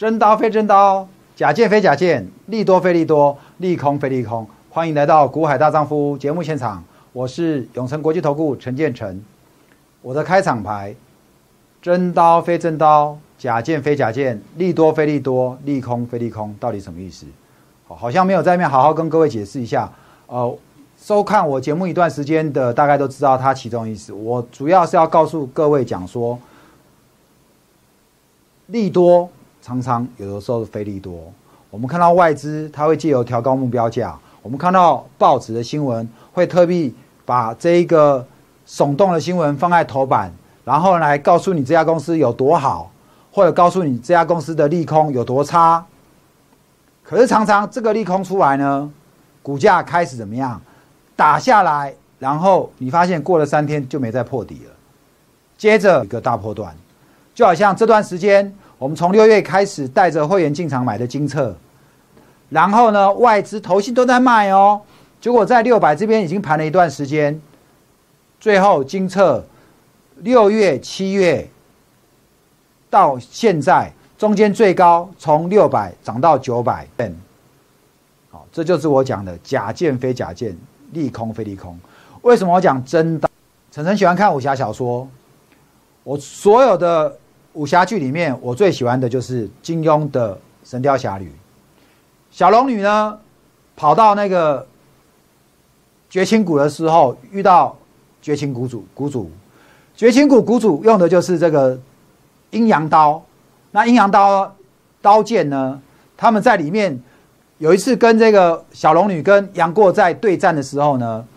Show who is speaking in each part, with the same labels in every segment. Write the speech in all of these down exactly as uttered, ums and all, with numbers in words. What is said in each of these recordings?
Speaker 1: 真刀非真刀，假剑非假剑，利多非利多，利空非利空。欢迎来到股海大丈夫节目现场，我是永诚国际投顾陈建成。我的开场白：真刀非真刀，假剑非假剑，利多非利多，利空非利空，到底什么意思？好像没有在那边好好跟各位解释一下。呃，收看我节目一段时间的，大概都知道它其中意思。我主要是要告诉各位讲说，利多常常有的时候是非利多。我们看到外资它会借由调高目标价，我们看到报纸的新闻会特地把这一个耸动的新闻放在头版，然后来告诉你这家公司有多好，或者告诉你这家公司的利空有多差。可是常常这个利空出来呢，股价开始怎么样打下来，然后你发现过了三天就没再破底了，接着一个大波段，就好像这段时间我们从六月开始带着会员进场买的精测，然后呢外资投信都在卖哦，结果在六百这边已经盘了一段时间，最后精测六月七月到现在中间最高从六百涨到九百，好，这就是我讲的假剑非假剑，利空非利空。为什么我讲真刀？晨晨喜欢看武侠小说，我所有的武侠剧里面，我最喜欢的就是金庸的《神雕侠侣》。小龙女呢，跑到那个绝情谷的时候，遇到绝情谷主，谷主绝情谷谷主用的就是这个阴阳刀。那阴阳刀刀剑呢，他们在里面有一次跟这个小龙女跟杨过在对战的时候呢，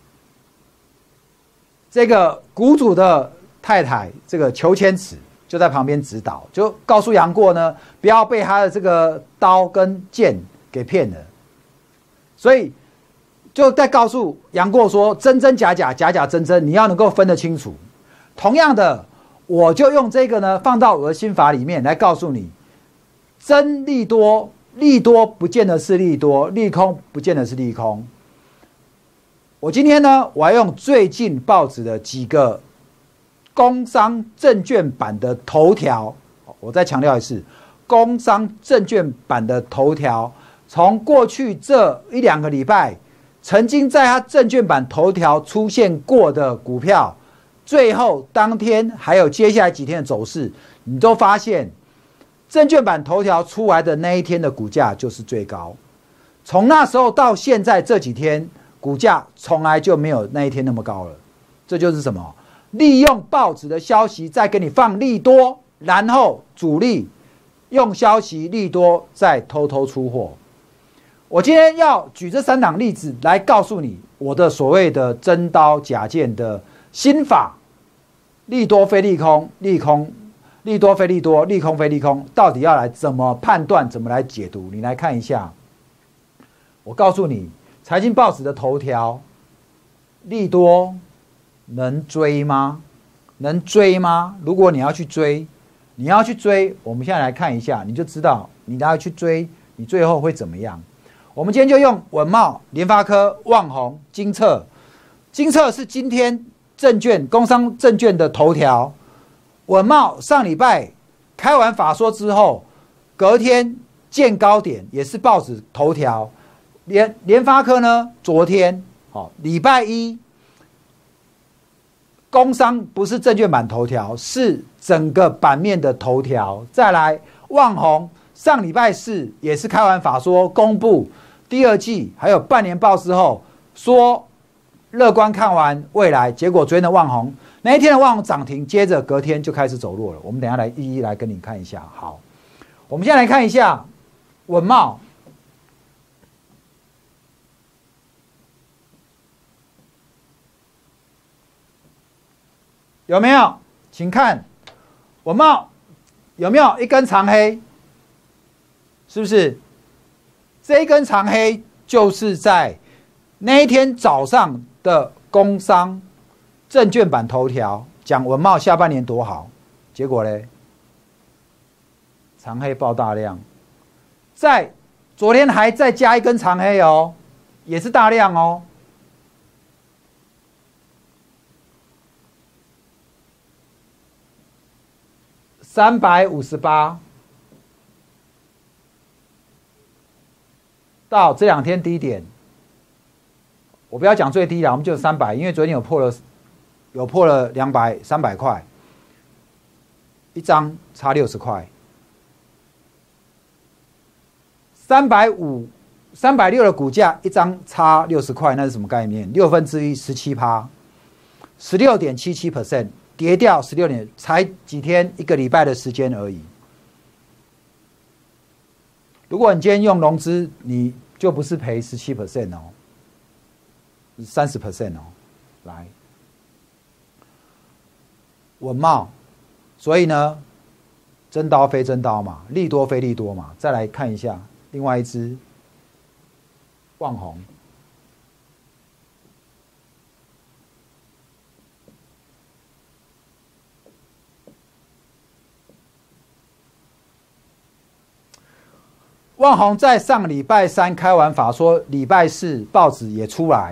Speaker 1: 这个谷主的太太这个裘千尺就在旁边指导，就告诉杨过呢，不要被他的这个刀跟剑给骗了。所以就在告诉杨过说，真真假假，假假真真，你要能够分得清楚。同样的，我就用这个呢放到我的心法里面来告诉你，真利多，利多不见得是利多，利空不见得是利空。我今天呢，我要用最近报纸的几个工商证券版的头条，我再强调一次，工商证券版的头条，从过去这一两个礼拜，曾经在它证券版头条出现过的股票，最后当天还有接下来几天的走势，你都发现证券版头条出来的那一天的股价就是最高。从那时候到现在这几天，股价从来就没有那一天那么高了。这就是什么？利用报纸的消息再给你放利多，然后主力用消息利多再偷偷出货。我今天要举这三档例子来告诉你我的所谓的真刀假剑的心法，利多非利空，利空利多非利多，利空非利空，到底要来怎么判断，怎么来解读？你来看一下，我告诉你，财经报纸的头条，利多能追吗？能追吗？如果你要去追，你要去追，我们现在来看一下，你就知道你要去追，你最后会怎么样。我们今天就用稳懋、联发科、旺宏、精测。精测是今天证券、工商证券的头条。稳懋上礼拜开完法说之后，隔天见高点，也是报纸头条。联联发科呢，昨天好，礼拜一，工商不是证券版头条，是整个版面的头条。再来，旺宏上礼拜四也是开完法说，公布第二季还有半年报之后，说乐观看完未来，结果昨天的旺宏那一天的旺宏涨停，接着隔天就开始走弱了。我们等一下来一一来跟你看一下。好，我们现在来看一下稳懋。有没有？请看稳懋有没有一根长黑？是不是？这一根长黑就是在那一天早上的工商证券版头条讲稳懋下半年多好，结果呢，长黑爆大量，在昨天还再加一根长黑哦，也是大量哦。三百五十八， 到这两天低点，我不要讲最低了，我们就三百，因为昨天有破了，有破了两百、三百块，一张差六十块，三百五、三百六的股价，一张差六十块，那是什么概念？六分之一，十七趴，十六点七七 percent， 跌掉十六点，才几天，一个礼拜的时间而已。如果你今天用融资，你就不是赔十七 percent 哦，三十 percent 哦，来，稳懋，所以呢，真刀非真刀嘛，利多非利多嘛。再来看一下另外一只旺宏，旺宏在上礼拜三开完法说，礼拜四报纸也出来，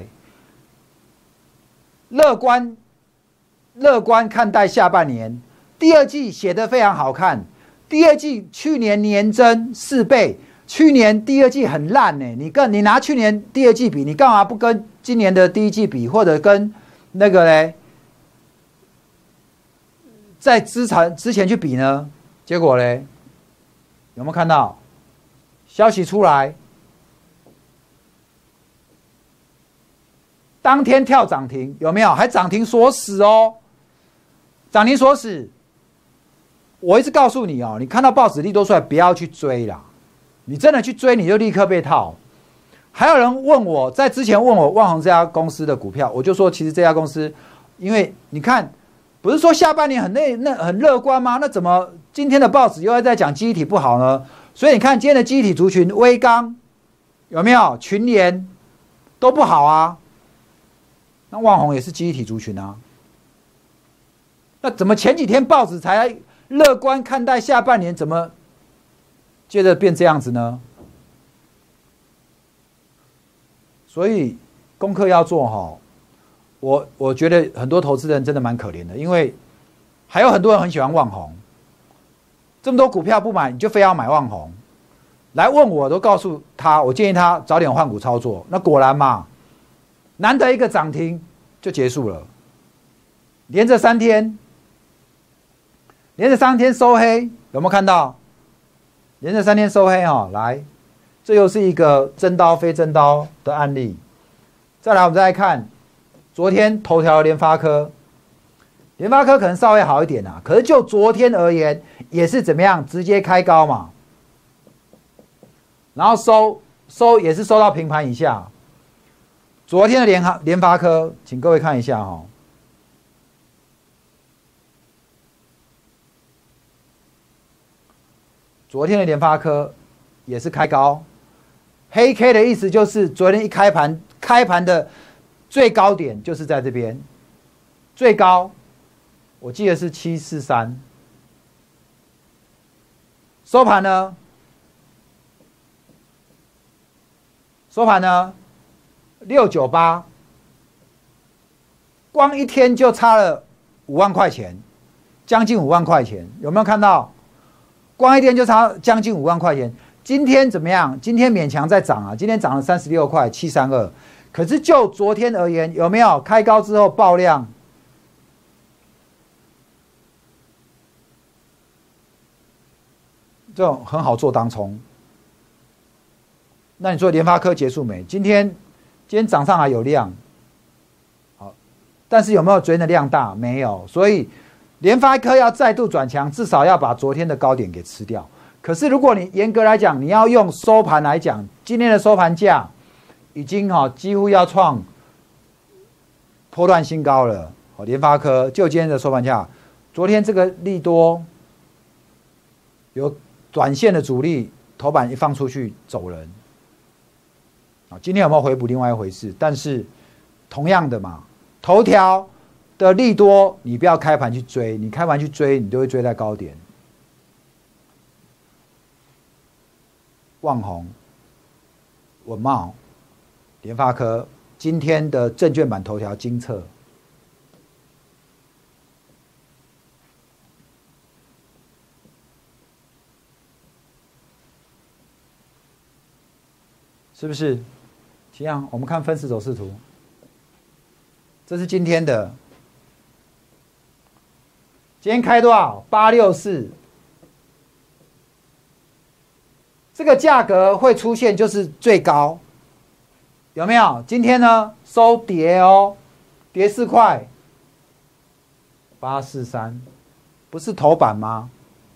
Speaker 1: 乐观乐观看待下半年，第二季写得非常好看，第二季去年年增四倍，去年第二季很烂呢，你跟你拿去年第二季比，你干嘛不跟今年的第一季比，或者跟那个嘞，在之前之前去比呢？结果嘞，有没有看到？消息出来，当天跳涨停，有没有？还涨停锁死哦，涨停锁死。我一直告诉你哦，你看到报纸利多出来，不要去追啦。你真的去追，你就立刻被套。还有人问我，在之前问我旺宏这家公司的股票，我就说，其实这家公司，因为你看，不是说下半年很内那很乐观吗？那怎么今天的报纸又要在讲记忆体不好呢？所以你看今天的记忆体族群，威刚有没有群联都不好啊？那旺宏也是记忆体族群啊。那怎么前几天报纸才乐观看待下半年，怎么接着变这样子呢？所以功课要做好。我我觉得很多投资人真的蛮可怜的，因为还有很多人很喜欢旺宏。这么多股票不买，你就非要买旺宏，来问我都告诉他，我建议他早点换股操作。那果然嘛，难得一个涨停就结束了，连着三天，连着三天收黑，有没有看到？连着三天收黑哈、哦，来，这又是一个真刀非真刀的案例。再来，我们再来看昨天头条的联发科。联发科可能稍微好一点啊，可是就昨天而言，也是怎么样，直接开高嘛，然后收收也是收到平盘以下。昨天的联发联发科，请各位看一下哈、哦，昨天的联发科也是开高，黑 K 的意思就是昨天一开盘，开盘的最高点就是在这边，最高。我记得是七四三，收盘呢？收盘呢？六九八，光一天就差了五万块钱，将近五万块钱，有没有看到？光一天就差将近五万块钱。今天怎么样？今天勉强在涨啊，今天涨了三十六块七三二，可是就昨天而言，有没有开高之后爆量？这种很好做当冲。那你说联发科结束没？今天今天涨上来有量，好，但是有没有昨天的量大？没有，所以联发科要再度转强，至少要把昨天的高点给吃掉。可是如果你严格来讲，你要用收盘来讲，今天的收盘价已经哈、哦、几乎要创波段新高了。好，联发科就今天的收盘价，昨天这个利多有短线的主力，头版一放出去走人。啊，今天有没有回补另外一回事，但是同样的嘛，头条的利多你不要开盘去追，你开盘去追，你就会追在高点。旺宏、稳懋、联发科，今天的证券版头条精测。 是不是？一样，我们看分时走势图，这是今天的，今天开多少？八六四，这个价格会出现就是最高，有没有？今天呢收跌哦，跌四块，八四三，不是头版吗？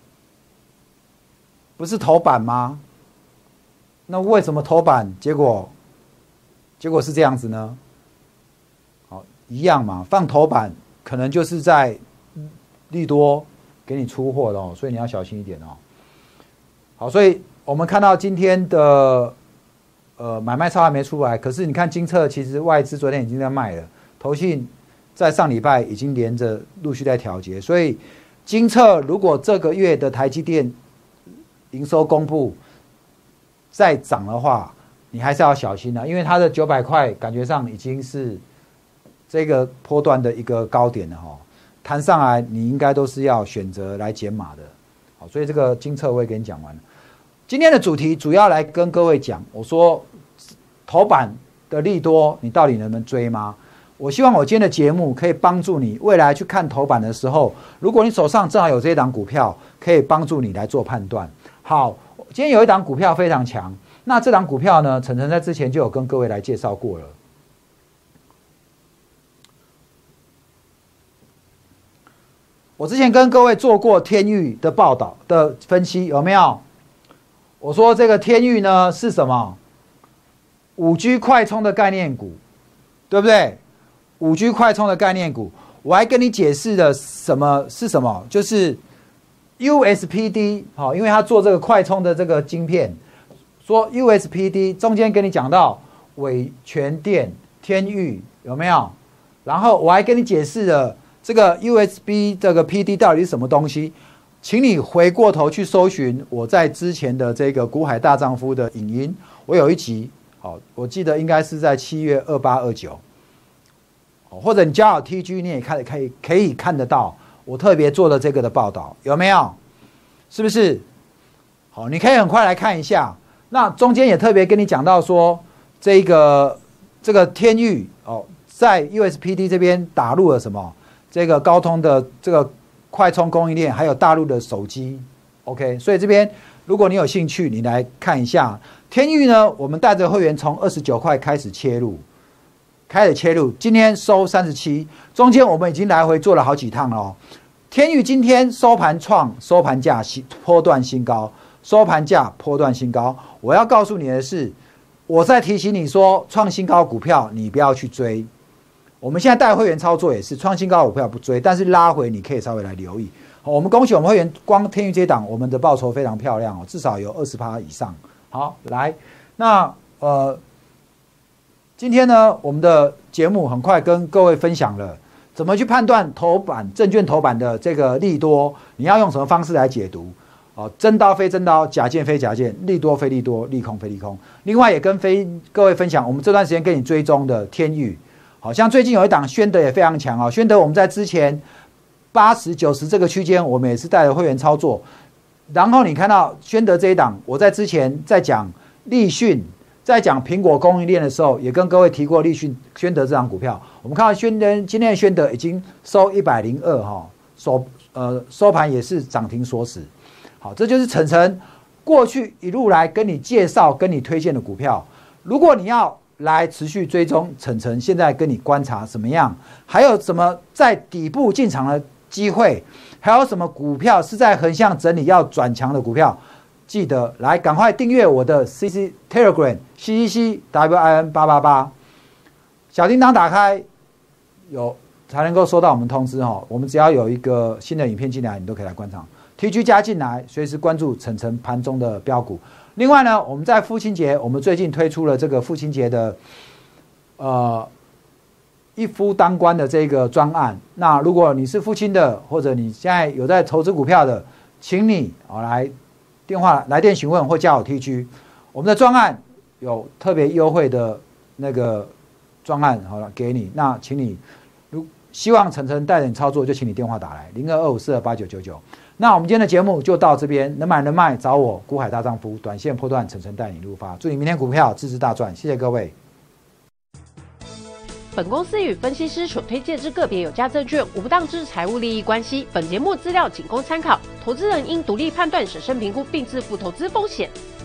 Speaker 1: 不是头版吗？那为什么头版结果结果是这样子呢？好，一样嘛，放头版可能就是在利多给你出货的哦，所以你要小心一点哦。好，所以我们看到今天的呃买卖超还没出来，可是你看金策其实外资昨天已经在卖了，投信在上礼拜已经连着陆续在调节，所以金策如果这个月的台积电营收公布再涨的话，你还是要小心的，因为它的九百块感觉上已经是这个波段的一个高点了哈，弹上来你应该都是要选择来减码的。好，所以这个金策我也跟你讲完了。今天的主题主要来跟各位讲，我说头版的利多你到底能不能追吗？我希望我今天的节目可以帮助你未来去看头版的时候，如果你手上正好有这一档股票，可以帮助你来做判断。好，今天有一档股票非常强，那这档股票呢，晨晨在之前就有跟各位来介绍过了。我之前跟各位做过天钰的报道的分析，有没有？我说这个天钰呢是什么？ 五 G 快充的概念股，对不对？ 五 G 快充的概念股，我还跟你解释了什么是什么，就是 U S P D， 好，因为他做这个快充的这个晶片，说 U S P D 中间跟你讲到伟全电、天钰有没有？然后我还跟你解释了这个 U S B 这个 P D 到底是什么东西，请你回过头去搜寻我在之前的这个股海大丈夫的影音，我有一集，好，我记得应该是在七月二八二九。或者你加好 T G， 你也看可以可以看得到，我特别做了这个的报道，有没有？是不是？好，你可以很快来看一下。那中间也特别跟你讲到说，这个这个天钰哦，在 U S P D 这边打入了什么？这个高通的这个快充供应链，还有大陆的手机。OK， 所以这边如果你有兴趣，你来看一下天钰呢。我们带着会员从二十九块开始切入。开始切入，今天收三十七，中间我们已经来回做了好几趟了哦。天钰今天收盘创收盘价波段新高，收盘价波段新高。我要告诉你的是，我在提醒你说，创新高股票你不要去追。我们现在带会员操作也是，创新高股票不追，但是拉回你可以稍微来留意。好，我们恭喜我们会员，光天钰这一档，我们的报酬非常漂亮哦，至少有 百分之二十 以上。好，来，那呃。今天呢，我们的节目很快跟各位分享了怎么去判断头版证券头版的这个利多，你要用什么方式来解读？哦，真刀非真刀，假剑非假剑，利多非利多，利空非利空。另外也跟非各位分享，我们这段时间跟你追踪的天钰，好像最近有一档宣德也非常强啊、哦。宣德我们在之前八十九十这个区间，我们也是带着会员操作。然后你看到宣德这一档，我在之前在讲立讯。在讲苹果供应链的时候，也跟各位提过立讯、宣德这档股票。我们看到宣德今天的宣德已经收一百零二哈，收呃收盘也是涨停锁死。好，这就是晨晨过去一路来跟你介绍、跟你推荐的股票。如果你要来持续追踪晨晨现在跟你观察怎么样，还有什么在底部进场的机会，还有什么股票是在横向整理要转强的股票。记得来赶快订阅我的 C C Telegram C C C W I N 八八八，小叮当打开有才能够收到我们通知哈。我们只要有一个新的影片进来，你都可以来观察。T G 加进来，随时关注晨晨盘中的标股。另外呢，我们在父亲节，我们最近推出了这个父亲节的呃一夫当关的这个专案。那如果你是父亲的，或者你现在有在投资股票的，请你啊来。电话来电询问或加我 T G， 我们的专案有特别优惠的那个专案，好了给你。那请你如希望晨晨带着你操作，就请你电话打来零二二五四二八九九九。 那我们今天的节目就到这边，能买能卖找我股海大丈夫，短线波段晨晨带你入发，祝你明天股票支支大赚，谢谢各位。
Speaker 2: 本公司与分析师所推荐之个别有价证券无不当之财务利益关系。本节目资料仅供参考，投资人应独立判断、审慎评估并自负投资风险。